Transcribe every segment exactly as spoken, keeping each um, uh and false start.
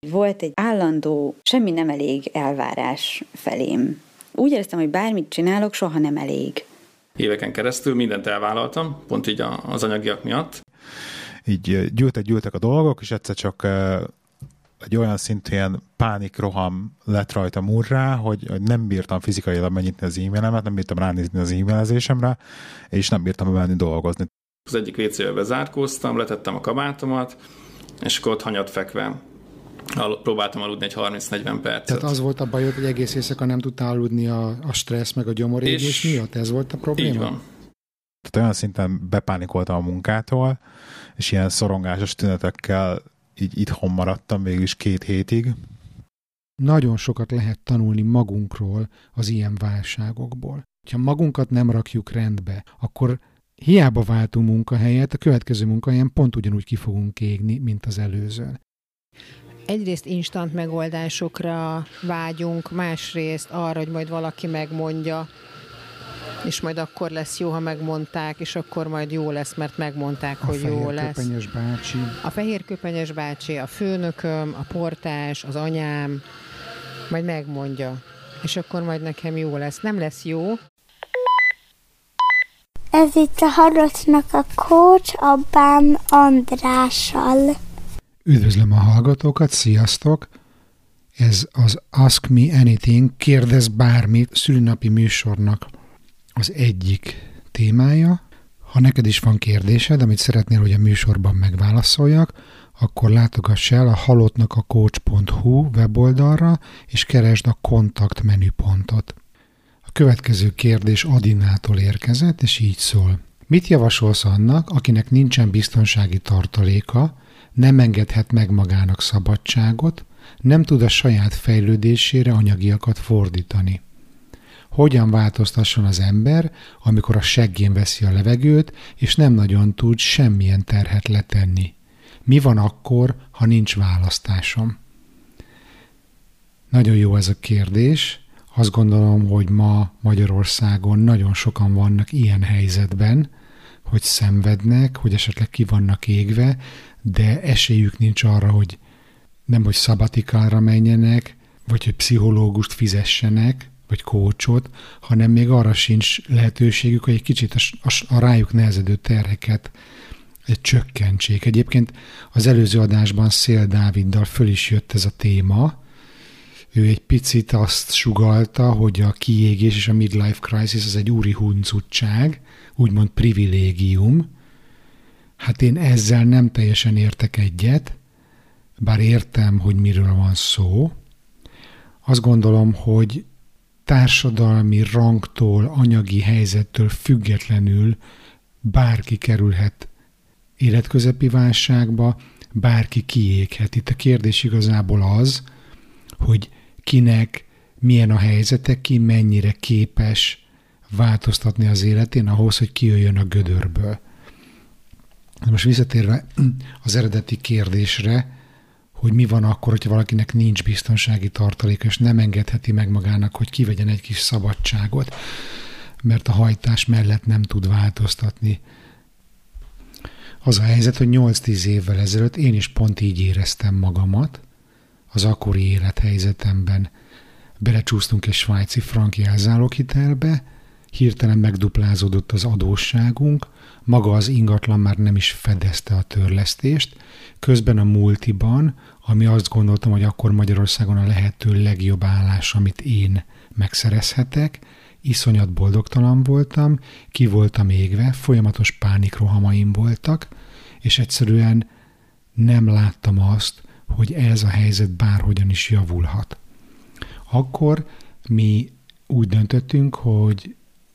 Volt egy állandó, semmi nem elég elvárás felém. Úgy éreztem, hogy bármit csinálok, soha nem elég. Éveken keresztül mindent elvállaltam, pont így az anyagiak miatt. Így gyűltek-gyűltek a dolgok, és egyszer csak egy olyan szintű ilyen pánikroham lett rajtam urrá, hogy nem bírtam fizikailag megnyitni az e-mailemet, nem bírtam ránézni az e-mailezésemre, és nem bírtam menni dolgozni. Az egyik vécébe bezárkóztam, letettem a kabátomat, és akkor ott hanyat fekve al- próbáltam aludni egy harminc-negyven percet. Tehát az volt a bajod, hogy egész éjszaka nem tudtál aludni a, a stressz meg a gyomorégés miatt? Ez volt a probléma? Így van. Tehát olyan szinten bepánikoltam a munkától, és ilyen szorongásos tünetekkel így itthon maradtam végül is két hétig. Nagyon sokat lehet tanulni magunkról az ilyen válságokból. Ha magunkat nem rakjuk rendbe, akkor hiába váltunk munkahelyet, a következő munkahelyen pont ugyanúgy ki fogunk égni, mint az előzőn. Egyrészt instant megoldásokra vágyunk, másrészt arra, hogy majd valaki megmondja, és majd akkor lesz jó, ha megmondták, és akkor majd jó lesz, mert megmondták, a hogy jó lesz. A fehérköpenyes bácsi. A fehérköpenyes bácsi, a főnököm, a portás, az anyám, majd megmondja, és akkor majd nekem jó lesz. Nem lesz jó. Ez itt a Harocnak a Coach Abbám Andrással. Üdvözlöm a hallgatókat, sziasztok! Ez az Ask Me Anything, kérdez bármit szülinapi műsornak az egyik témája. Ha neked is van kérdésed, amit szeretnél, hogy a műsorban megválaszoljak, akkor látogass el a halottnakacoach pont hu weboldalra, és keresd a kontakt menüpontot. A következő kérdés Adinától érkezett, és így szól. Mit javasolsz annak, akinek nincsen biztonsági tartaléka, nem engedhet meg magának szabadságot, nem tud a saját fejlődésére anyagiakat fordítani? Hogyan változtasson az ember, amikor a seggén veszi a levegőt, és nem nagyon tud semmilyen terhet letenni? Mi van akkor, ha nincs választásom? Nagyon jó ez a kérdés. Azt gondolom, hogy ma Magyarországon nagyon sokan vannak ilyen helyzetben, hogy szenvednek, hogy esetleg ki vannak égve, de esélyük nincs arra, hogy nem, hogy szabatikára menjenek, vagy hogy pszichológust fizessenek, vagy kócsot, hanem még arra sincs lehetőségük, hogy egy kicsit a, a, a rájuk nehezedő terheket csökkentsék. Egyébként az előző adásban Szél Dáviddal föl is jött ez a téma. Ő egy picit azt sugallta, hogy a kiégés és a midlife crisis az egy úri huncutság, úgymond privilégium. Hát én ezzel nem teljesen értek egyet, bár értem, hogy miről van szó. Azt gondolom, hogy társadalmi rangtól, anyagi helyzettől függetlenül bárki kerülhet életközepi válságba, bárki kiéghet. Itt a kérdés igazából az, hogy kinek milyen a helyzete, ki mennyire képes változtatni az életén ahhoz, hogy kijöjjön a gödörből. Most visszatérve az eredeti kérdésre, hogy mi van akkor, hogyha valakinek nincs biztonsági tartalék, és nem engedheti meg magának, hogy kivegyen egy kis szabadságot, mert a hajtás mellett nem tud változtatni. Az a helyzet, hogy nyolc-tíz évvel ezelőtt én is pont így éreztem magamat, az akkori élethelyzetemben. Belecsúsztunk egy svájci frank jelzáloghitelbe, hirtelen megduplázódott az adósságunk, maga az ingatlan már nem is fedezte a törlesztést, közben a multiban, ami azt gondoltam, hogy akkor Magyarországon a lehető legjobb állás, amit én megszerezhetek, iszonyat boldogtalan voltam, ki voltam égve, folyamatos pánikrohamaim voltak, és egyszerűen nem láttam azt, hogy ez a helyzet bárhogyan is javulhat. Akkor mi úgy döntöttünk, hogy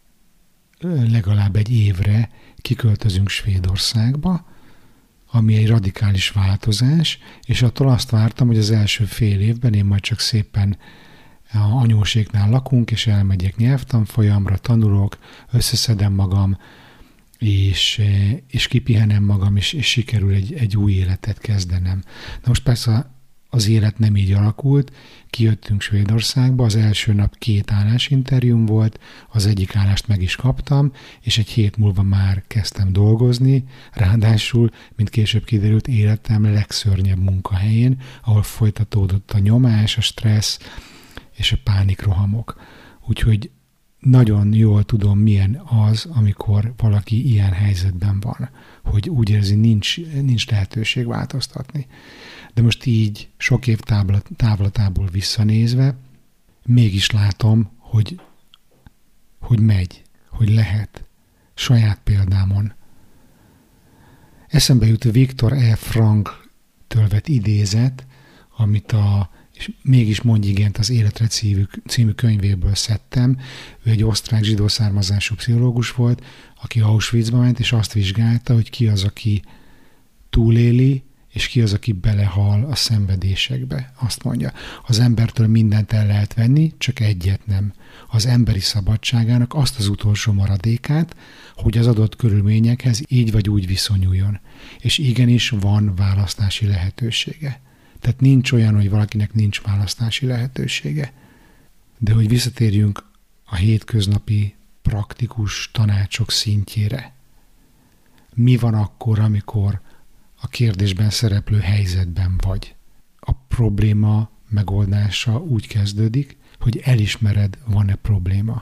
legalább egy évre kiköltözünk Svédországba, ami egy radikális változás, és attól azt vártam, hogy az első fél évben én majd csak szépen a anyóséknál lakunk, és elmegyek nyelvtanfolyamra, tanulok, összeszedem magam, és, és kipihenem magam, és, és sikerül egy, egy új életet kezdenem. Na most persze az élet nem így alakult. Kijöttünk Svédországba, az első nap két állásinterjúm volt, az egyik állást meg is kaptam, és egy hét múlva már kezdtem dolgozni, ráadásul, mint később kiderült, életem legszörnyebb munkahelyén, ahol folytatódott a nyomás, a stressz és a pánikrohamok. Úgyhogy nagyon jól tudom, milyen az, amikor valaki ilyen helyzetben van, hogy úgy érzi, nincs, nincs lehetőség változtatni. De most így sok év távlatából visszanézve, mégis látom, hogy, hogy megy, hogy lehet, saját példámon. Eszembe jut a Viktor E. Frankl tölvet idézet, amit a és mégis mondj igent az Életre című, című könyvéből szedtem. Ő egy osztrák zsidó származású pszichológus volt, aki Auschwitzba ment, és azt vizsgálta, hogy ki az, aki túléli, és ki az, aki belehal a szenvedésekbe. Azt mondja, az embertől mindent el lehet venni, csak egyet nem. Az emberi szabadságának azt az utolsó maradékát, hogy az adott körülményekhez így vagy úgy viszonyuljon. És igenis van választási lehetősége. Tehát nincs olyan, hogy valakinek nincs választási lehetősége. De hogy visszatérjünk a hétköznapi praktikus tanácsok szintjére. Mi van akkor, amikor a kérdésben szereplő helyzetben vagy? A probléma megoldása úgy kezdődik, hogy elismered, van-e probléma.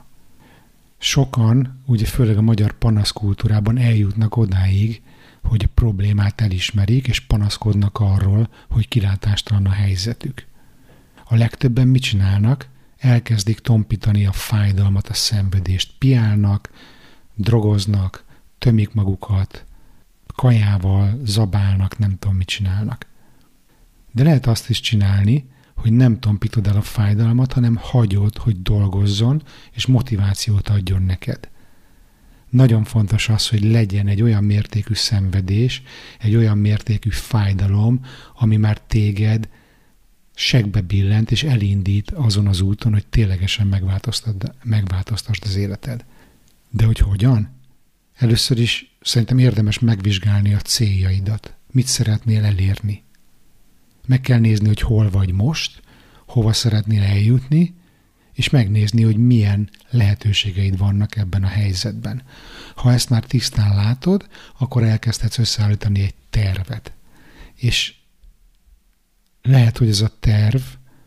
Sokan, ugye főleg a magyar panaszkultúrában eljutnak odáig, hogy a problémát elismerik, és panaszkodnak arról, hogy kilátástalan a helyzetük. A legtöbben mit csinálnak? Elkezdik tompítani a fájdalmat, a szenvedést. Piálnak, drogoznak, tömik magukat, kajával zabálnak, nem tudom, mit csinálnak. De lehet azt is csinálni, hogy nem tompítod el a fájdalmat, hanem hagyod, hogy dolgozzon, és motivációt adjon neked. Nagyon fontos az, hogy legyen egy olyan mértékű szenvedés, egy olyan mértékű fájdalom, ami már téged segbe billent, és elindít azon az úton, hogy ténylegesen megváltoztasd az életed. De hogy hogyan? Először is szerintem érdemes megvizsgálni a céljaidat. Mit szeretnél elérni? Meg kell nézni, hogy hol vagy most, hova szeretnél eljutni, és megnézni, hogy milyen lehetőségeid vannak ebben a helyzetben. Ha ezt már tisztán látod, akkor elkezdhetsz összeállítani egy tervet. És lehet, hogy ez a terv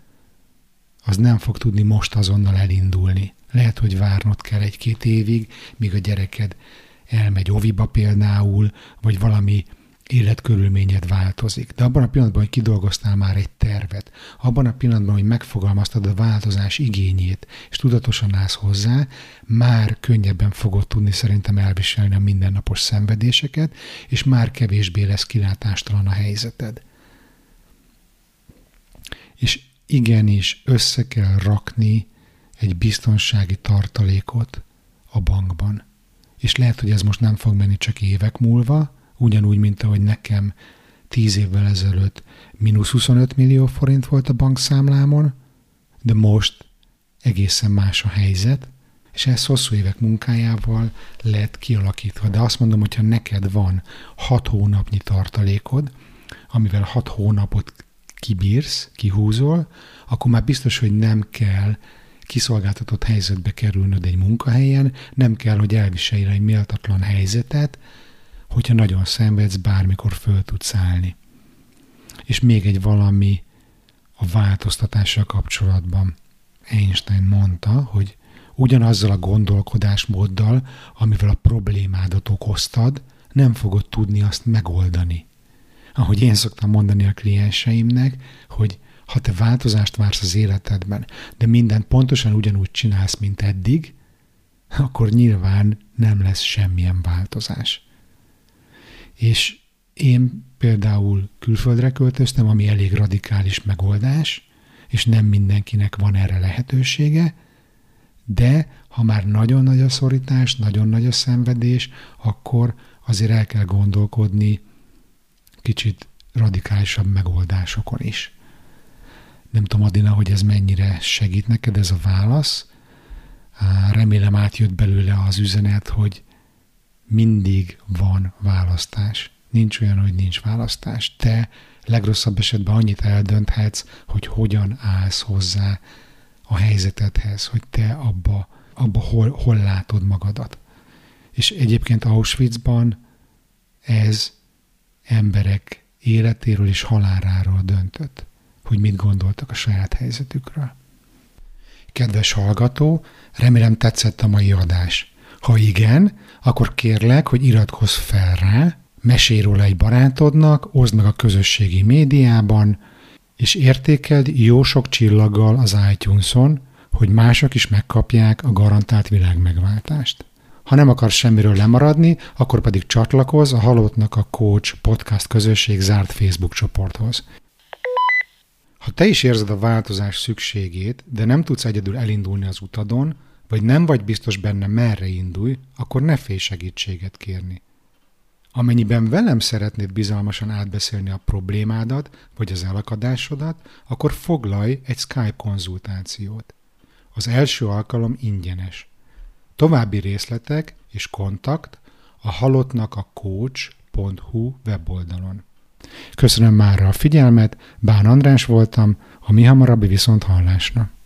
az nem fog tudni most azonnal elindulni. Lehet, hogy várnod kell egy-két évig, míg a gyereked elmegy oviba például, vagy valami életkörülményed változik. De abban a pillanatban, hogy kidolgoztál már egy tervet, abban a pillanatban, hogy megfogalmaztad a változás igényét, és tudatosan állsz hozzá, már könnyebben fogod tudni szerintem elviselni a mindennapos szenvedéseket, és már kevésbé lesz kilátástalan a helyzeted. És igenis össze kell rakni egy biztonsági tartalékot a bankban. És lehet, hogy ez most nem fog menni csak évek múlva, ugyanúgy, mint ahogy nekem tíz évvel ezelőtt mínusz huszonöt millió forint volt a bankszámlámon, de most egészen más a helyzet, és ez hosszú évek munkájával lett kialakítva. De azt mondom, hogyha neked van hat hónapnyi tartalékod, amivel hat hónapot kibírsz, kihúzol, akkor már biztos, hogy nem kell kiszolgáltatott helyzetbe kerülnöd egy munkahelyen, nem kell, hogy elviselj egy méltatlan helyzetet, hogyha nagyon szenvedsz, bármikor föl tudsz állni. És még egy valami a változtatással kapcsolatban. Einstein mondta, hogy ugyanazzal a gondolkodásmóddal, amivel a problémádat okoztad, nem fogod tudni azt megoldani. Ahogy én szoktam mondani a klienseimnek, hogy ha te változást vársz az életedben, de mindent pontosan ugyanúgy csinálsz, mint eddig, akkor nyilván nem lesz semmilyen változás. És én például külföldre költöztem, ami elég radikális megoldás, és nem mindenkinek van erre lehetősége, de ha már nagyon nagy a szorítás, nagyon nagy a szenvedés, akkor azért el kell gondolkodni kicsit radikálisabb megoldásokon is. Nem tudom, Adina, hogy ez mennyire segít neked ez a válasz. Remélem átjött belőle az üzenet, hogy mindig van választás. Nincs olyan, hogy nincs választás. Te Legrosszabb esetben annyit eldönthetsz, hogy hogyan állsz hozzá a helyzetedhez, hogy te abba, abba hol, hol látod magadat. És egyébként Auschwitzban ez emberek életéről és haláláról döntött, hogy mit gondoltak a saját helyzetükről. Kedves hallgató, remélem tetszett a mai adás. Ha igen, akkor kérlek, hogy iratkozz fel rá, mesélj róla egy barátodnak, oszd meg a közösségi médiában, és értékeld jó sok csillaggal az iTunes-on, hogy mások is megkapják a garantált világmegváltást. Ha nem akarsz semmiről lemaradni, akkor pedig csatlakozz a Halottnak a Coach podcast közösség zárt Facebook csoporthoz. Ha te is érzed a változás szükségét, de nem tudsz egyedül elindulni az utadon, vagy nem vagy biztos benne, merre indulj, akkor ne félj segítséget kérni. Amennyiben velem szeretnéd bizalmasan átbeszélni a problémádat, vagy az elakadásodat, akkor foglalj egy Skype konzultációt. Az első alkalom ingyenes. További részletek és kontakt a halottnak a coach pont hu weboldalon. Köszönöm mára a figyelmet, Bán András voltam, a mi hamarabbi viszonthallásra.